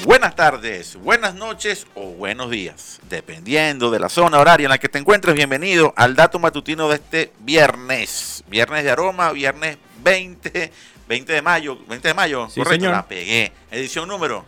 Buenas tardes, buenas noches o buenos días, dependiendo de la zona horaria en la que te encuentres. Bienvenido al dato matutino de este viernes de aroma, viernes 20 de mayo, Sí, correcto, señor. La pegué. Edición número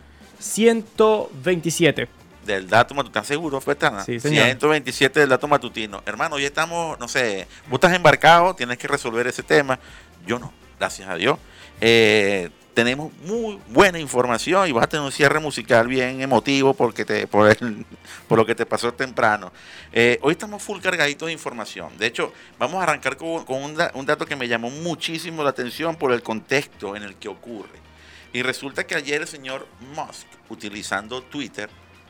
127. del dato matutino, ¿estás seguro, Fetana? Sí, señor. 127 del dato matutino. Hermano, hoy estamos, no sé, vos estás embarcado, tienes que resolver ese tema. Yo no, gracias a Dios. Tenemos muy buena información y vas a tener un cierre musical bien emotivo por lo que te pasó temprano. Hoy estamos full cargaditos de información. De hecho, vamos a arrancar con un dato que me llamó muchísimo la atención por el contexto en el que ocurre. Y resulta que ayer el señor Musk, utilizando Twitter,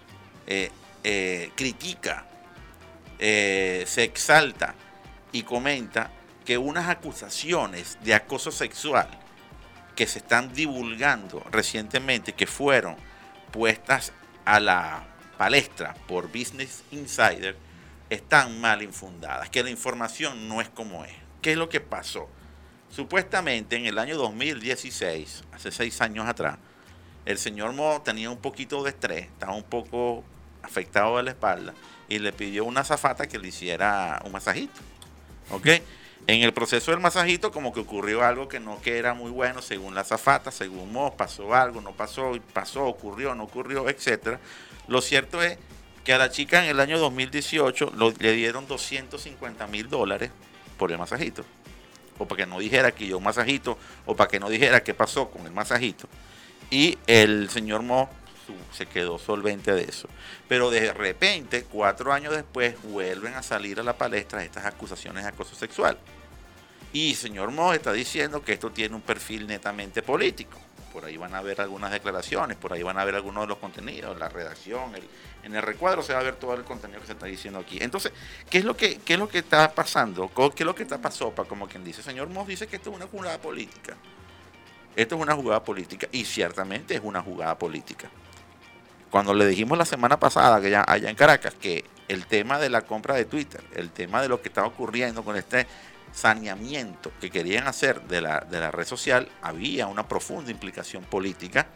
critica, se exalta y comenta que unas acusaciones de acoso sexual que se están divulgando recientemente, que fueron puestas a la palestra por Business Insider, están mal infundadas, que la información no es como es. ¿Qué es lo que pasó? Supuestamente en el año 2016, hace 6 años atrás, el señor Mo tenía un poquito de estrés, estaba un poco afectado de la espalda y le pidió a una azafata que le hiciera un masajito. ¿Ok? En el proceso del masajito como que ocurrió algo que era muy bueno según la azafata, según Mo, pasó algo, no pasó, ocurrió, no ocurrió, etc. Lo cierto es que a la chica en el año 2018 le dieron $250,000 por el masajito. O para que no dijera que yo un masajito, o para que no dijera qué pasó con el masajito. Y el señor Mo se quedó solvente de eso. Pero de repente, 4 años después, vuelven a salir a la palestra estas acusaciones de acoso sexual. Y señor Mo está diciendo que esto tiene un perfil netamente político. Por ahí van a ver algunas declaraciones, por ahí van a ver algunos de los contenidos, la redacción, en el recuadro se va a ver todo el contenido que se está diciendo aquí. Entonces, ¿qué es lo que está pasando? ¿Qué es lo que está pasando? Como quien dice, señor Mo dice que esto es una jugada política. Esto es una jugada política y ciertamente es una jugada política. Cuando le dijimos la semana pasada, que allá en Caracas, que el tema de la compra de Twitter, el tema de lo que estaba ocurriendo con este saneamiento que querían hacer de la red social, había una profunda implicación política.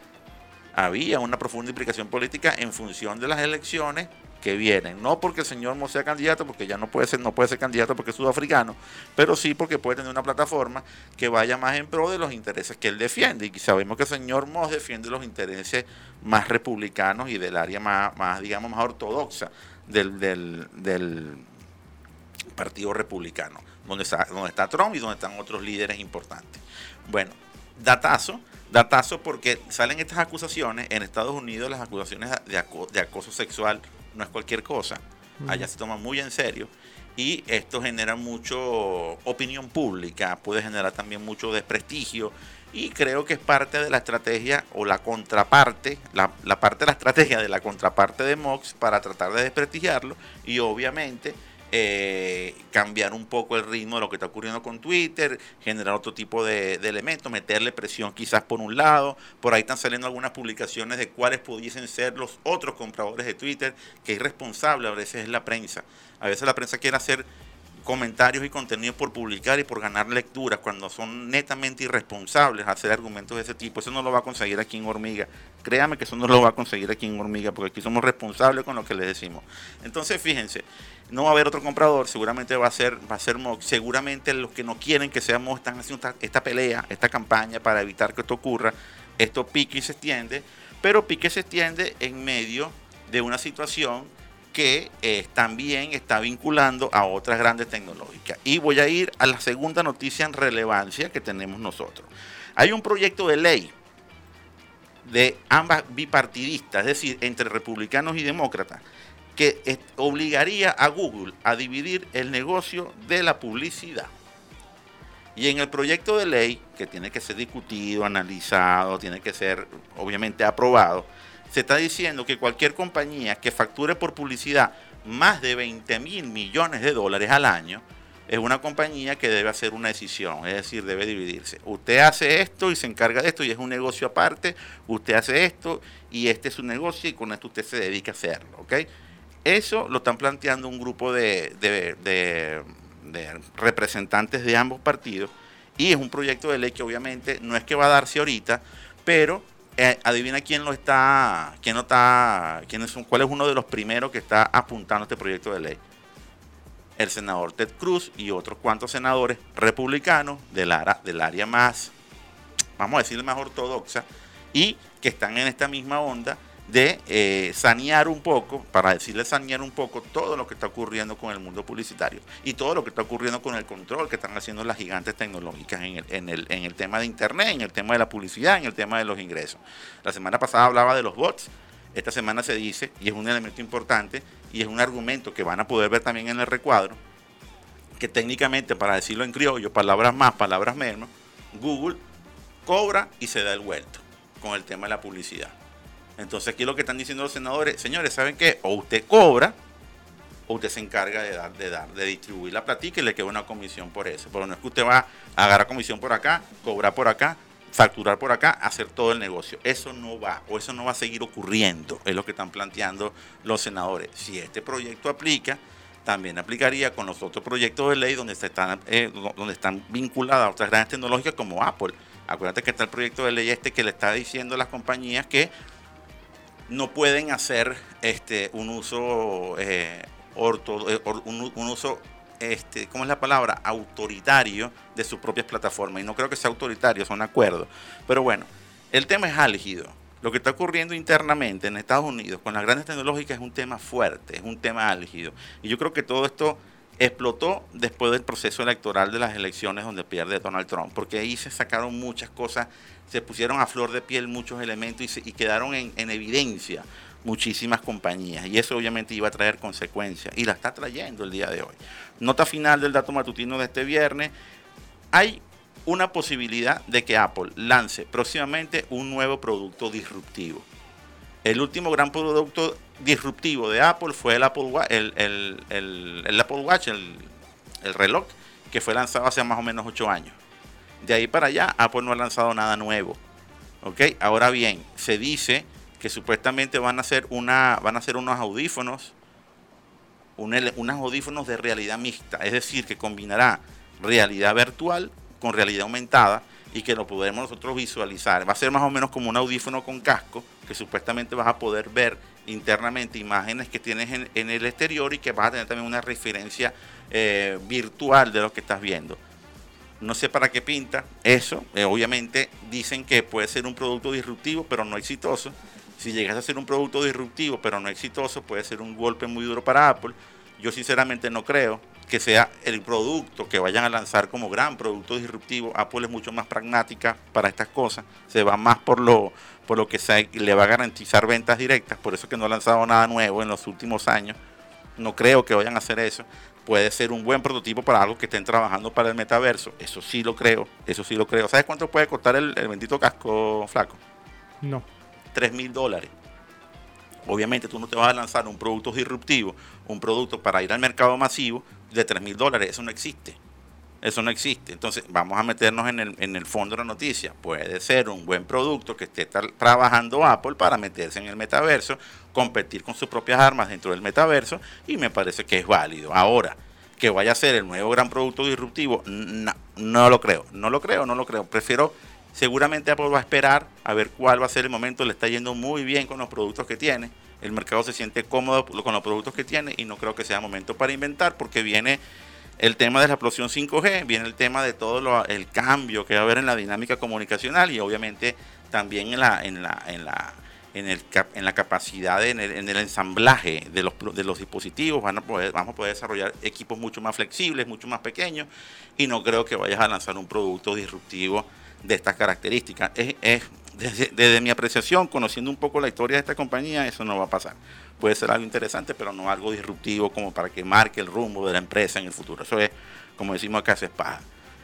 En función de las elecciones que vienen. No porque el señor Mo sea candidato, porque ya no puede ser candidato porque es sudafricano, pero sí porque puede tener una plataforma que vaya más en pro de los intereses que él defiende. Y sabemos que el señor Mo defiende los intereses más republicanos y del área más digamos, más ortodoxa del Partido Republicano, donde está Trump y donde están otros líderes importantes. Bueno, datazo porque salen estas acusaciones. En Estados Unidos las acusaciones de acoso sexual no es cualquier cosa. Allá se toman muy en serio y esto genera mucho opinión pública, puede generar también mucho desprestigio y creo que es parte de la estrategia o la contraparte, la parte de la estrategia de la contraparte de Mox para tratar de desprestigiarlo y obviamente cambiar un poco el ritmo de lo que está ocurriendo con Twitter, generar otro tipo de elementos, meterle presión quizás por un lado. Por ahí están saliendo algunas publicaciones de cuáles pudiesen ser los otros compradores de Twitter, que irresponsable a veces es la prensa. A veces la prensa quiere hacer comentarios y contenidos por publicar y por ganar lecturas, cuando son netamente irresponsables hacer argumentos de ese tipo. Eso no lo va a conseguir aquí en Hormiga. Créame que eso no lo va a conseguir aquí en Hormiga, porque aquí somos responsables con lo que les decimos. Entonces, fíjense, no va a haber otro comprador, seguramente va a ser Mox. Seguramente los que no quieren que sea Mox están haciendo esta pelea, esta campaña para evitar que esto ocurra. Esto pique y se extiende, pero pique y se extiende en medio de una situación que también está vinculando a otras grandes tecnológicas. Y voy a ir a la segunda noticia en relevancia que tenemos nosotros. Hay un proyecto de ley de ambas bipartidistas, es decir, entre republicanos y demócratas, que obligaría a Google a dividir el negocio de la publicidad. Y en el proyecto de ley, que tiene que ser discutido, analizado, tiene que ser obviamente aprobado, se está diciendo que cualquier compañía que facture por publicidad más de $20,000 millones al año es una compañía que debe hacer una decisión, es decir, debe dividirse. Usted hace esto y se encarga de esto y es un negocio aparte, usted hace esto y este es su negocio y con esto usted se dedica a hacerlo, ¿ok? Eso lo están planteando un grupo de representantes de ambos partidos y es un proyecto de ley que obviamente no es que va a darse ahorita, pero adivina cuál es uno de los primeros que está apuntando este proyecto de ley. El senador Ted Cruz y otros cuantos senadores republicanos del área más, vamos a decir, más ortodoxa, y que están en esta misma onda de sanear un poco todo lo que está ocurriendo con el mundo publicitario y todo lo que está ocurriendo con el control que están haciendo las gigantes tecnológicas en el tema de internet, en el tema de la publicidad, en el tema de los ingresos. La semana pasada hablaba de los bots, esta semana se dice, y es un elemento importante y es un argumento que van a poder ver también en el recuadro, que técnicamente, para decirlo en criollo, palabras más, palabras menos, Google cobra y se da el vuelto con el tema de la publicidad. Entonces aquí lo que están diciendo los senadores, señores, ¿saben qué? O usted cobra, o usted se encarga de distribuir la platica y le queda una comisión por eso. Pero no es que usted va a agarrar comisión por acá, cobrar por acá, facturar por acá, hacer todo el negocio. Eso no va, o eso no va a seguir ocurriendo, es lo que están planteando los senadores. Si este proyecto aplica, también aplicaría con los otros proyectos de ley donde están vinculadas a otras grandes tecnológicas como Apple. Acuérdate que está el proyecto de ley que le está diciendo a las compañías que no pueden hacer un uso ¿cómo es la palabra? Autoritario de sus propias plataformas. Y no creo que sea autoritario, son acuerdos. Pero bueno, el tema es álgido. Lo que está ocurriendo internamente en Estados Unidos con las grandes tecnológicas es un tema fuerte, es un tema álgido. Y yo creo que todo esto explotó después del proceso electoral de las elecciones donde pierde Donald Trump, porque ahí se sacaron muchas cosas, se pusieron a flor de piel muchos elementos y quedaron en evidencia muchísimas compañías, y eso obviamente iba a traer consecuencias, y la está trayendo el día de hoy. Nota final del dato matutino de este viernes: hay una posibilidad de que Apple lance próximamente un nuevo producto disruptivo. El último gran producto disruptivo de Apple fue el Apple Watch, el Apple Watch, el reloj, que fue lanzado hace más o menos 8 años. De ahí para allá, Apple no ha lanzado nada nuevo. ¿Okay? Ahora bien, se dice que supuestamente van a hacer unos audífonos, unos audífonos de realidad mixta, es decir, que combinará realidad virtual con realidad aumentada y que lo podremos nosotros visualizar. Va a ser más o menos como un audífono con casco, que supuestamente vas a poder ver internamente imágenes que tienes en el exterior y que vas a tener también una referencia virtual de lo que estás viendo. No sé para qué pinta eso. Obviamente dicen que puede ser un producto disruptivo pero no exitoso. Si llegas a ser un producto disruptivo pero no exitoso, puede ser un golpe muy duro para Apple. Yo sinceramente no creo que sea el producto que vayan a lanzar como gran producto disruptivo. Apple es mucho más pragmática para estas cosas, se va más por lo que le va a garantizar ventas directas. Por eso que no ha lanzado nada nuevo en los últimos años. No creo que vayan a hacer eso. Puede ser un buen prototipo para algo que estén trabajando para el metaverso. Eso sí lo creo. ¿Sabes cuánto puede costar el bendito casco, flaco? No. $3,000. Obviamente tú no te vas a lanzar un producto disruptivo, un producto para ir al mercado masivo de $3,000. Eso no existe. Entonces vamos a meternos en el fondo de la noticia. Puede ser un buen producto que esté trabajando Apple para meterse en el metaverso, competir con sus propias armas dentro del metaverso, y me parece que es válido. Ahora, que vaya a ser el nuevo gran producto disruptivo, no lo creo. Seguramente Apple va a esperar a ver cuál va a ser el momento. Le está yendo muy bien con los productos que tiene. El mercado se siente cómodo con los productos que tiene y no creo que sea momento para inventar, porque viene el tema de la explosión 5G, viene el tema de todo el cambio que va a haber en la dinámica comunicacional y obviamente también en la capacidad, en el ensamblaje de los dispositivos. Vamos a poder desarrollar equipos mucho más flexibles, mucho más pequeños, y no creo que vayas a lanzar un producto disruptivo de estas características. Desde mi apreciación, conociendo un poco la historia de esta compañía, eso no va a pasar. Puede ser algo interesante, pero no algo disruptivo como para que marque el rumbo de la empresa en el futuro. Eso es, como decimos acá, es paja.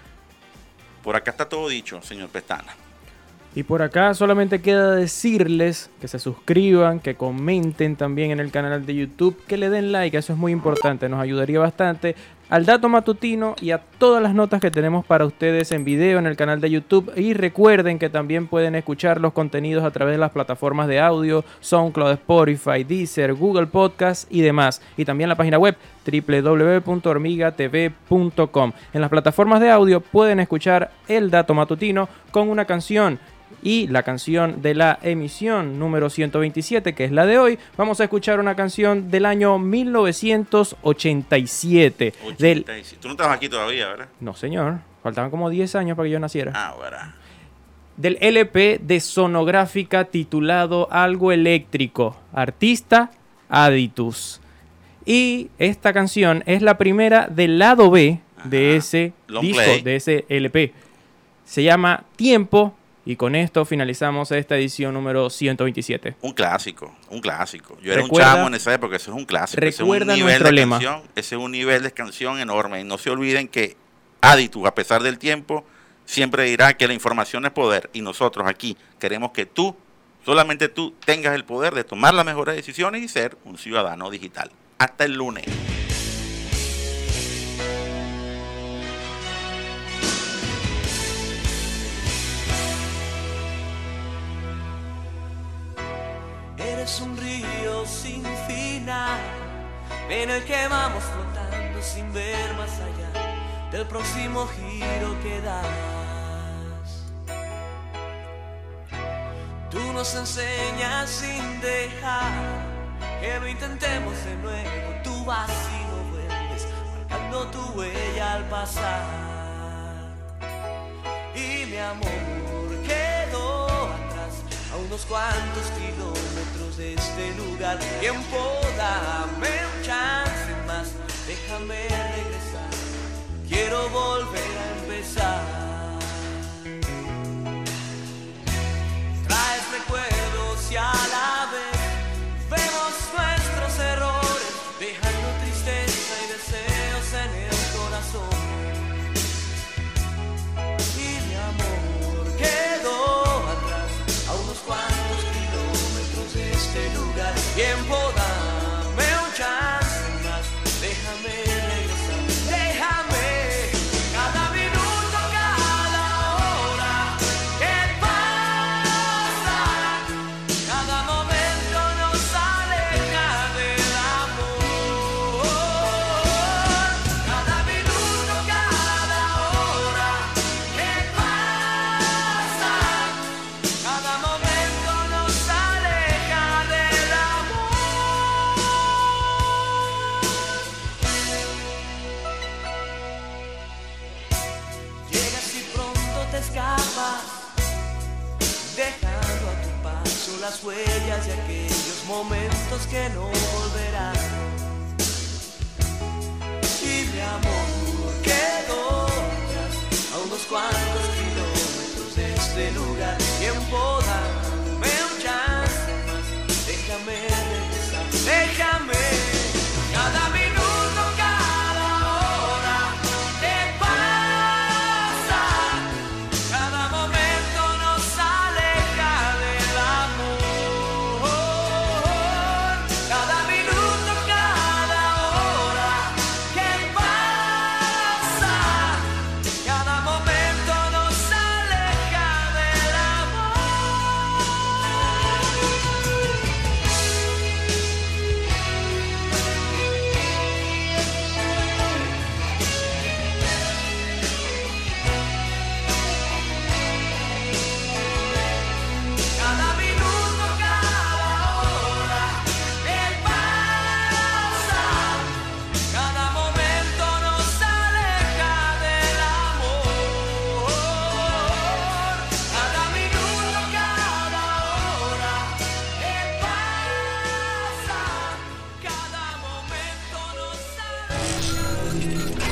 Por acá está todo dicho, señor Pestana. Y por acá solamente queda decirles que se suscriban, que comenten también en el canal de YouTube, que le den like, eso es muy importante, nos ayudaría bastante al dato matutino y a todas las notas que tenemos para ustedes en video en el canal de YouTube. Y recuerden que también pueden escuchar los contenidos a través de las plataformas de audio, SoundCloud, Spotify, Deezer, Google Podcast y demás. Y también la página web www.hormigatv.com. En las plataformas de audio pueden escuchar el dato matutino con una canción y la canción de la emisión número 127, que es la de hoy. Vamos a escuchar una canción del año 1987. Tú no estabas aquí todavía, ¿verdad? No, señor. Faltaban como 10 años para que yo naciera. Ah, ¿verdad? Del LP de Sonográfica titulado Algo Eléctrico. Artista, Aditus. Y esta canción es la primera del lado B de ese disco, de ese LP. Se llama Tiempo. Y con esto finalizamos esta edición número 127. Un clásico. Yo era un chamo en esa época, eso es un clásico. Recuerda nuestro lema. Ese es un nivel de canción enorme. Y no se olviden que Aditus, a pesar del tiempo, siempre dirá que la información es poder. Y nosotros aquí queremos que solamente tú, tengas el poder de tomar las mejores decisiones y ser un ciudadano digital. Hasta el lunes. Eres un río sin final, en el que vamos flotando sin ver más allá del próximo giro que das. Tú nos enseñas sin dejar que lo intentemos de nuevo. Tú vas y no vuelves, marcando tu huella al pasar. Y mi amor quedó atrás, a unos cuantos kilómetros de este lugar. Tiempo, dame un chance más, déjame regresar, quiero volver a empezar. Traes recuerdos y a la vez vemos nuestros errores, dejando tristeza y deseos en el corazón. Y mi amor quedó atrás, a unos cuantos kilómetros de este lugar. Tiempo, dame un chance más, déjame regresar, déjame. Cada minuto, cada hora que pasa, cada momento nos aleja del amor. Cada minuto, cada hora que pasa, cada momento nos aleja del amor. Llegas y pronto te escapas, dejando a tu paso las huellas de aquellos momentos que no volverán. Y mi amor quedó atrás, a unos cuantos kilómetros de este lugar. Tiempo, dame un chance más, déjame regresar, déjame. Cada minuto, cada hora que pasa, cada momento nos aleja del amor. Cada minuto, cada hora que pasa, cada momento nos aleja del amor. Cada minuto, cada hora que pasa, cada momento nos aleja del amor. Cada minuto, cada hora que pasa, cada momento nos aleja.